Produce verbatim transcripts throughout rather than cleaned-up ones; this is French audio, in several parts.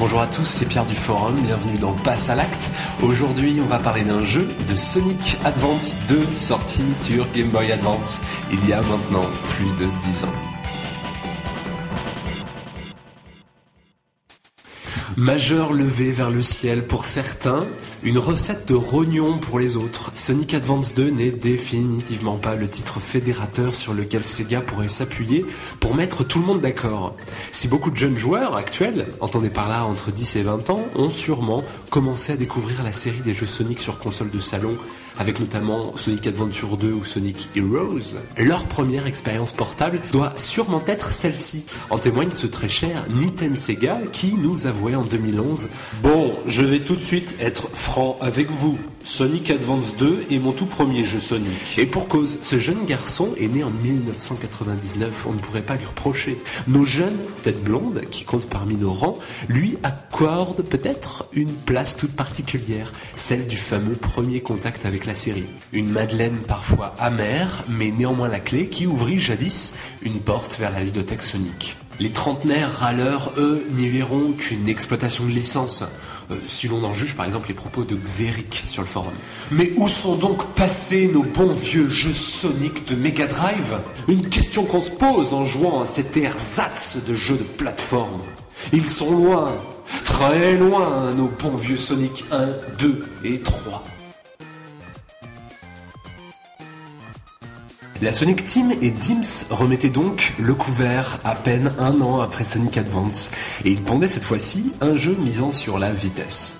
Bonjour à tous, c'est Pierre du Forum, bienvenue dans Passe à l'acte. Aujourd'hui, on va parler d'un jeu de Sonic Advance deux sorti sur Game Boy Advance il y a maintenant plus de dix ans. Majeur levé vers le ciel pour certains, une recette de rognon pour les autres. Sonic Advance deux n'est définitivement pas le titre fédérateur sur lequel Sega pourrait s'appuyer pour mettre tout le monde d'accord. Si beaucoup de jeunes joueurs actuels, entendez par là entre dix et vingt ans, ont sûrement commencé à découvrir la série des jeux Sonic sur console de salon, avec notamment Sonic Adventure deux ou Sonic Heroes, leur première expérience portable doit sûrement être celle-ci. En témoigne ce très cher Nintendo Sega qui nous avouait en deux mille onze « Bon, je vais tout de suite être franc avec vous. Sonic Advance deux est mon tout premier jeu Sonic. » Et pour cause, ce jeune garçon est né en dix-neuf cent quatre-vingt-dix-neuf, on ne pourrait pas lui reprocher. Nos jeunes têtes blondes, qui comptent parmi nos rangs, lui accordent peut-être une place toute particulière, celle du fameux premier contact avec la série. Une madeleine parfois amère, mais néanmoins la clé qui ouvrit jadis une porte vers la ludothèque Sonic. Les trentenaires râleurs, eux, n'y verront qu'une exploitation de licence. Euh, si l'on en juge par exemple les propos de Xeric sur le forum. Mais où sont donc passés nos bons vieux jeux Sonic de Mega Drive ? Une question qu'on se pose en jouant à cet ersatz de jeux de plateforme. Ils sont loin, très loin, nos bons vieux Sonic un, deux et trois. La Sonic Team et Dims remettaient donc le couvert à peine un an après Sonic Advance, et ils pondaient cette fois-ci un jeu misant sur la vitesse.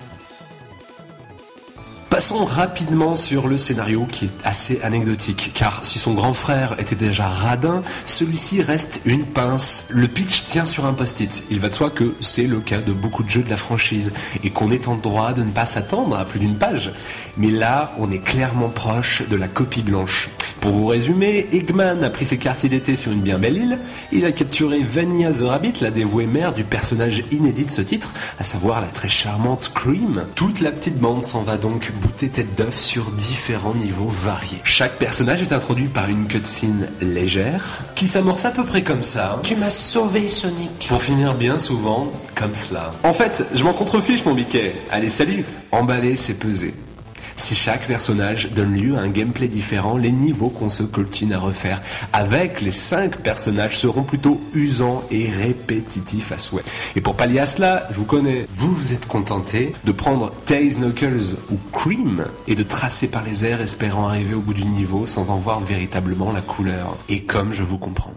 Passons rapidement sur le scénario qui est assez anecdotique, car si son grand frère était déjà radin, celui-ci reste une pince. Le pitch tient sur un post-it. Il va de soi que c'est le cas de beaucoup de jeux de la franchise, et qu'on est en droit de ne pas s'attendre à plus d'une page. Mais là, on est clairement proche de la copie blanche. Pour vous résumer, Eggman a pris ses quartiers d'été sur une bien belle île, il a capturé Vanilla the Rabbit, la dévouée mère du personnage inédit de ce titre, à savoir la très charmante Cream. Toute la petite bande s'en va donc bouter tête d'œuf sur différents niveaux variés. Chaque personnage est introduit par une cutscene légère, qui s'amorce à peu près comme ça. Tu m'as sauvé, Sonic. Pour finir bien souvent, comme cela. En fait, je m'en contrefiche, mon biquet. Allez, salut. Emballer, c'est peser. Si chaque personnage donne lieu à un gameplay différent, les niveaux qu'on se coltine à refaire avec les cinq personnages seront plutôt usants et répétitifs à souhait. Et pour pallier à cela, je vous connais, vous vous êtes contenté de prendre Tails, Knuckles ou Cream et de tracer par les airs espérant arriver au bout du niveau sans en voir véritablement la couleur. Et comme je vous comprends.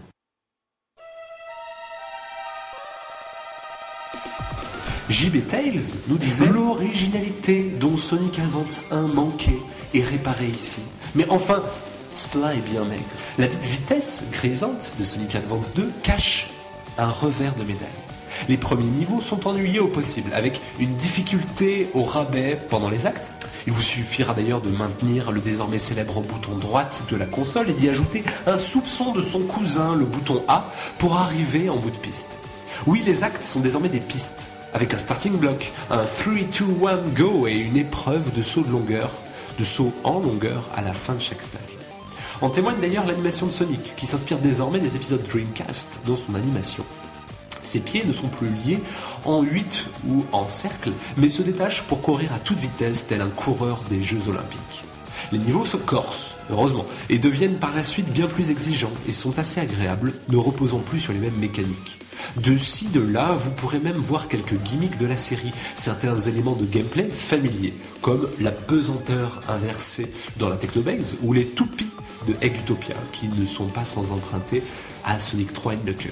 J B Tails nous disait l'originalité dont Sonic Advance un manquait est réparée ici. Mais enfin, cela est bien maigre. La dite vitesse grisante de Sonic Advance deux cache un revers de médaille. Les premiers niveaux sont ennuyeux au possible, avec une difficulté au rabais pendant les actes. Il vous suffira d'ailleurs de maintenir le désormais célèbre bouton droite de la console et d'y ajouter un soupçon de son cousin, le bouton A, pour arriver en bout de piste. Oui, les actes sont désormais des pistes, avec un starting block, un trois, deux, un, go et une épreuve de saut de longueur, de saut en longueur à la fin de chaque stage. En témoigne d'ailleurs l'animation de Sonic, qui s'inspire désormais des épisodes Dreamcast dans son animation. Ses pieds ne sont plus liés en huit ou en cercle, mais se détachent pour courir à toute vitesse tel un coureur des Jeux Olympiques. Les niveaux se corsent, heureusement, et deviennent par la suite bien plus exigeants et sont assez agréables, ne reposant plus sur les mêmes mécaniques. De ci, de là, vous pourrez même voir quelques gimmicks de la série, certains éléments de gameplay familiers, comme la pesanteur inversée dans la Technobase ou les toupies de Egg Utopia, qui ne sont pas sans emprunter à Sonic trois et Knuckles.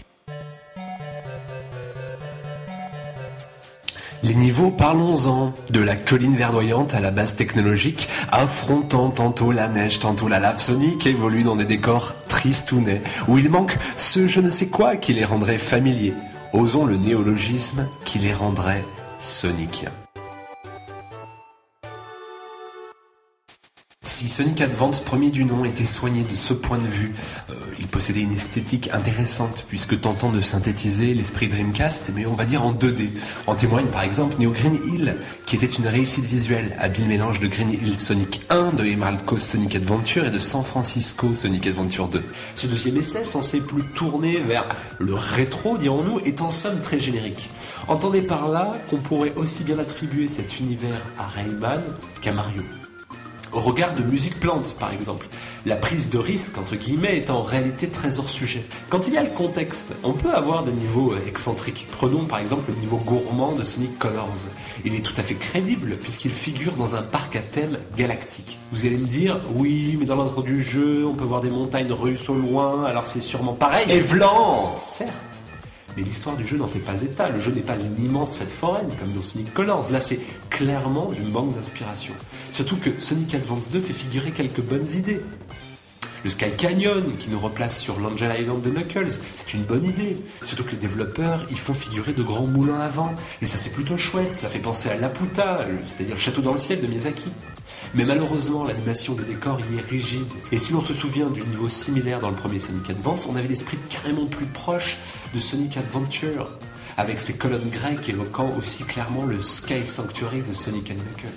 Les niveaux, parlons-en, de la colline verdoyante à la base technologique, affrontant tantôt la neige, tantôt la lave. Sonic évolue dans des décors tristounets, où il manque ce je ne sais quoi qui les rendrait familiers. Osons le néologisme qui les rendrait soniciens. Si Sonic Advance, premier du nom, était soigné de ce point de vue, euh, il possédait une esthétique intéressante puisque tentant de synthétiser l'esprit Dreamcast, mais on va dire en deux D. En témoigne par exemple Neo Green Hill, qui était une réussite visuelle, habile mélange de Green Hill Sonic un, de Emerald Coast Sonic Adventure et de San Francisco Sonic Adventure deux. Ce deuxième essai, censé plus tourner vers le rétro, dirons-nous, est en somme très générique. Entendez par là qu'on pourrait aussi bien attribuer cet univers à Rayman qu'à Mario. Au regard de Music Plant, par exemple, la prise de risque, entre guillemets, est en réalité très hors sujet. Quand il y a le contexte, on peut avoir des niveaux excentriques. Prenons par exemple le niveau gourmand de Sonic Colors. Il est tout à fait crédible puisqu'il figure dans un parc à thème galactique. Vous allez me dire, oui, mais dans l'intro du jeu, on peut voir des montagnes russes au loin, alors c'est sûrement pareil. Et vlan, certes. Mais l'histoire du jeu n'en fait pas état. Le jeu n'est pas une immense fête foraine comme dans Sonic Colors. Là, c'est clairement du manque d'inspiration. Surtout que Sonic Advance deux fait figurer quelques bonnes idées. Le Sky Canyon, qui nous replace sur l'Angel Island de Knuckles, c'est une bonne idée. Surtout que les développeurs, ils font figurer de grands moulins à vent. Et ça, c'est plutôt chouette. Ça fait penser à Laputa, c'est-à-dire le château dans le ciel de Miyazaki. Mais malheureusement, l'animation des décors y est rigide. Et si l'on se souvient du niveau similaire dans le premier Sonic Advance, on avait l'esprit carrément plus proche de Sonic Adventure, avec ses colonnes grecques évoquant aussi clairement le Sky Sanctuary de Sonic and Knuckles.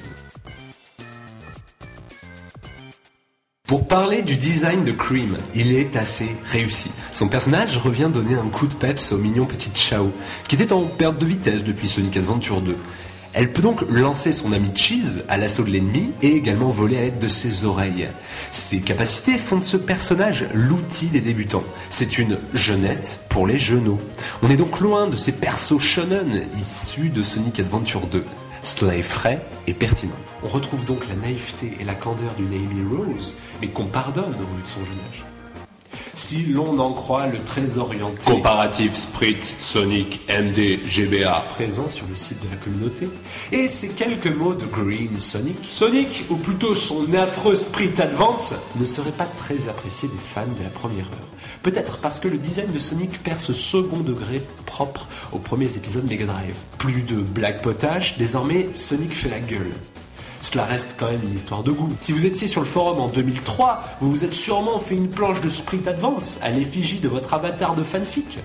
Pour parler du design de Cream, il est assez réussi. Son personnage revient donner un coup de peps au mignon petit Chao, qui était en perte de vitesse depuis Sonic Adventure deux. Elle peut donc lancer son ami Cheese à l'assaut de l'ennemi et également voler à l'aide de ses oreilles. Ses capacités font de ce personnage l'outil des débutants. C'est une jeunette pour les genoux. On est donc loin de ces persos shonen issus de Sonic Adventure deux. Cela est frais et pertinent. On retrouve donc la naïveté et la candeur d'une Amy Rose, mais qu'on pardonne au vu de son jeune âge. Si l'on en croit le très orienté comparatif Sprit Sonic M D G B A présent sur le site de la communauté, et ces quelques mots de Green Sonic, Sonic, ou plutôt son affreux Sprit Advance, ne serait pas très apprécié des fans de la première heure. Peut-être parce que le design de Sonic perd ce second degré propre aux premiers épisodes Mega Drive. Plus de blague potache, désormais Sonic fait la gueule. Cela reste quand même une histoire de goût. Si vous étiez sur le forum en deux mille trois, vous vous êtes sûrement fait une planche de Sprit Advance à l'effigie de votre avatar de fanfic.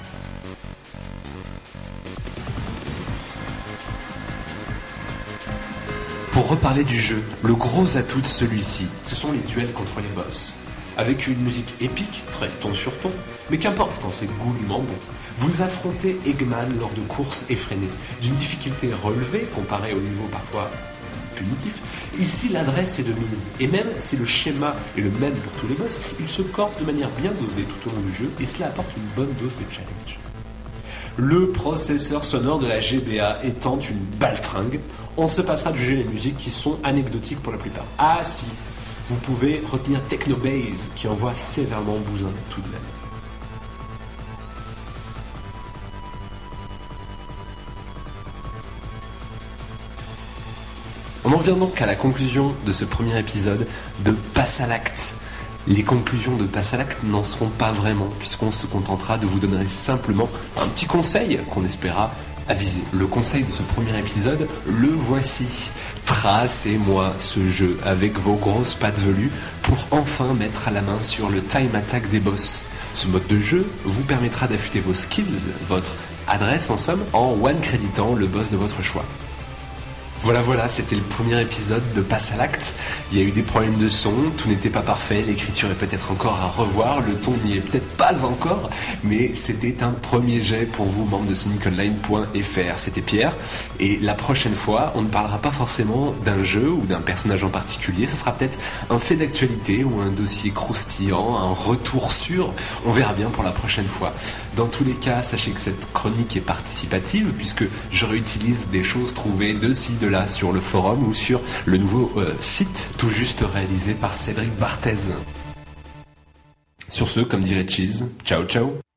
Pour reparler du jeu, le gros atout de celui-ci, ce sont les duels contre les boss. Avec une musique épique, très ton sur ton, mais qu'importe quand c'est goulûment bon. Vous affrontez Eggman lors de courses effrénées, d'une difficulté relevée comparée au niveau parfois punitif. Ici, l'adresse est de mise, et même si le schéma est le même pour tous les boss, il se corse de manière bien dosée tout au long du jeu, et cela apporte une bonne dose de challenge. Le processeur sonore de la G B A étant une baltringue, on se passera du jeu les musiques qui sont anecdotiques pour la plupart. Ah si, vous pouvez retenir Techno Base, qui envoie sévèrement bousin tout de même. On en vient donc à la conclusion de ce premier épisode de Passe à l'acte. Les conclusions de Passe à l'acte n'en seront pas vraiment, puisqu'on se contentera de vous donner simplement un petit conseil qu'on espéra aviser. Le conseil de ce premier épisode, le voici. Tracez-moi ce jeu avec vos grosses pattes velues pour enfin mettre à la main sur le time attack des boss. Ce mode de jeu vous permettra d'affûter vos skills, votre adresse en somme, en one-créditant le boss de votre choix. Voilà, voilà, c'était le premier épisode de Passe à l'acte. Il y a eu des problèmes de son, tout n'était pas parfait, l'écriture est peut-être encore à revoir, le ton n'y est peut-être pas encore, mais c'était un premier jet pour vous, membres de Sonic Online point F R. C'était Pierre, et la prochaine fois, on ne parlera pas forcément d'un jeu ou d'un personnage en particulier, ce sera peut-être un fait d'actualité ou un dossier croustillant, un retour sûr, on verra bien pour la prochaine fois. Dans tous les cas, sachez que cette chronique est participative, puisque je réutilise des choses trouvées de ci, de là sur le forum ou sur le nouveau euh, site tout juste réalisé par Cédric Barthez. Sur ce, comme dirait Cheese, ciao ciao.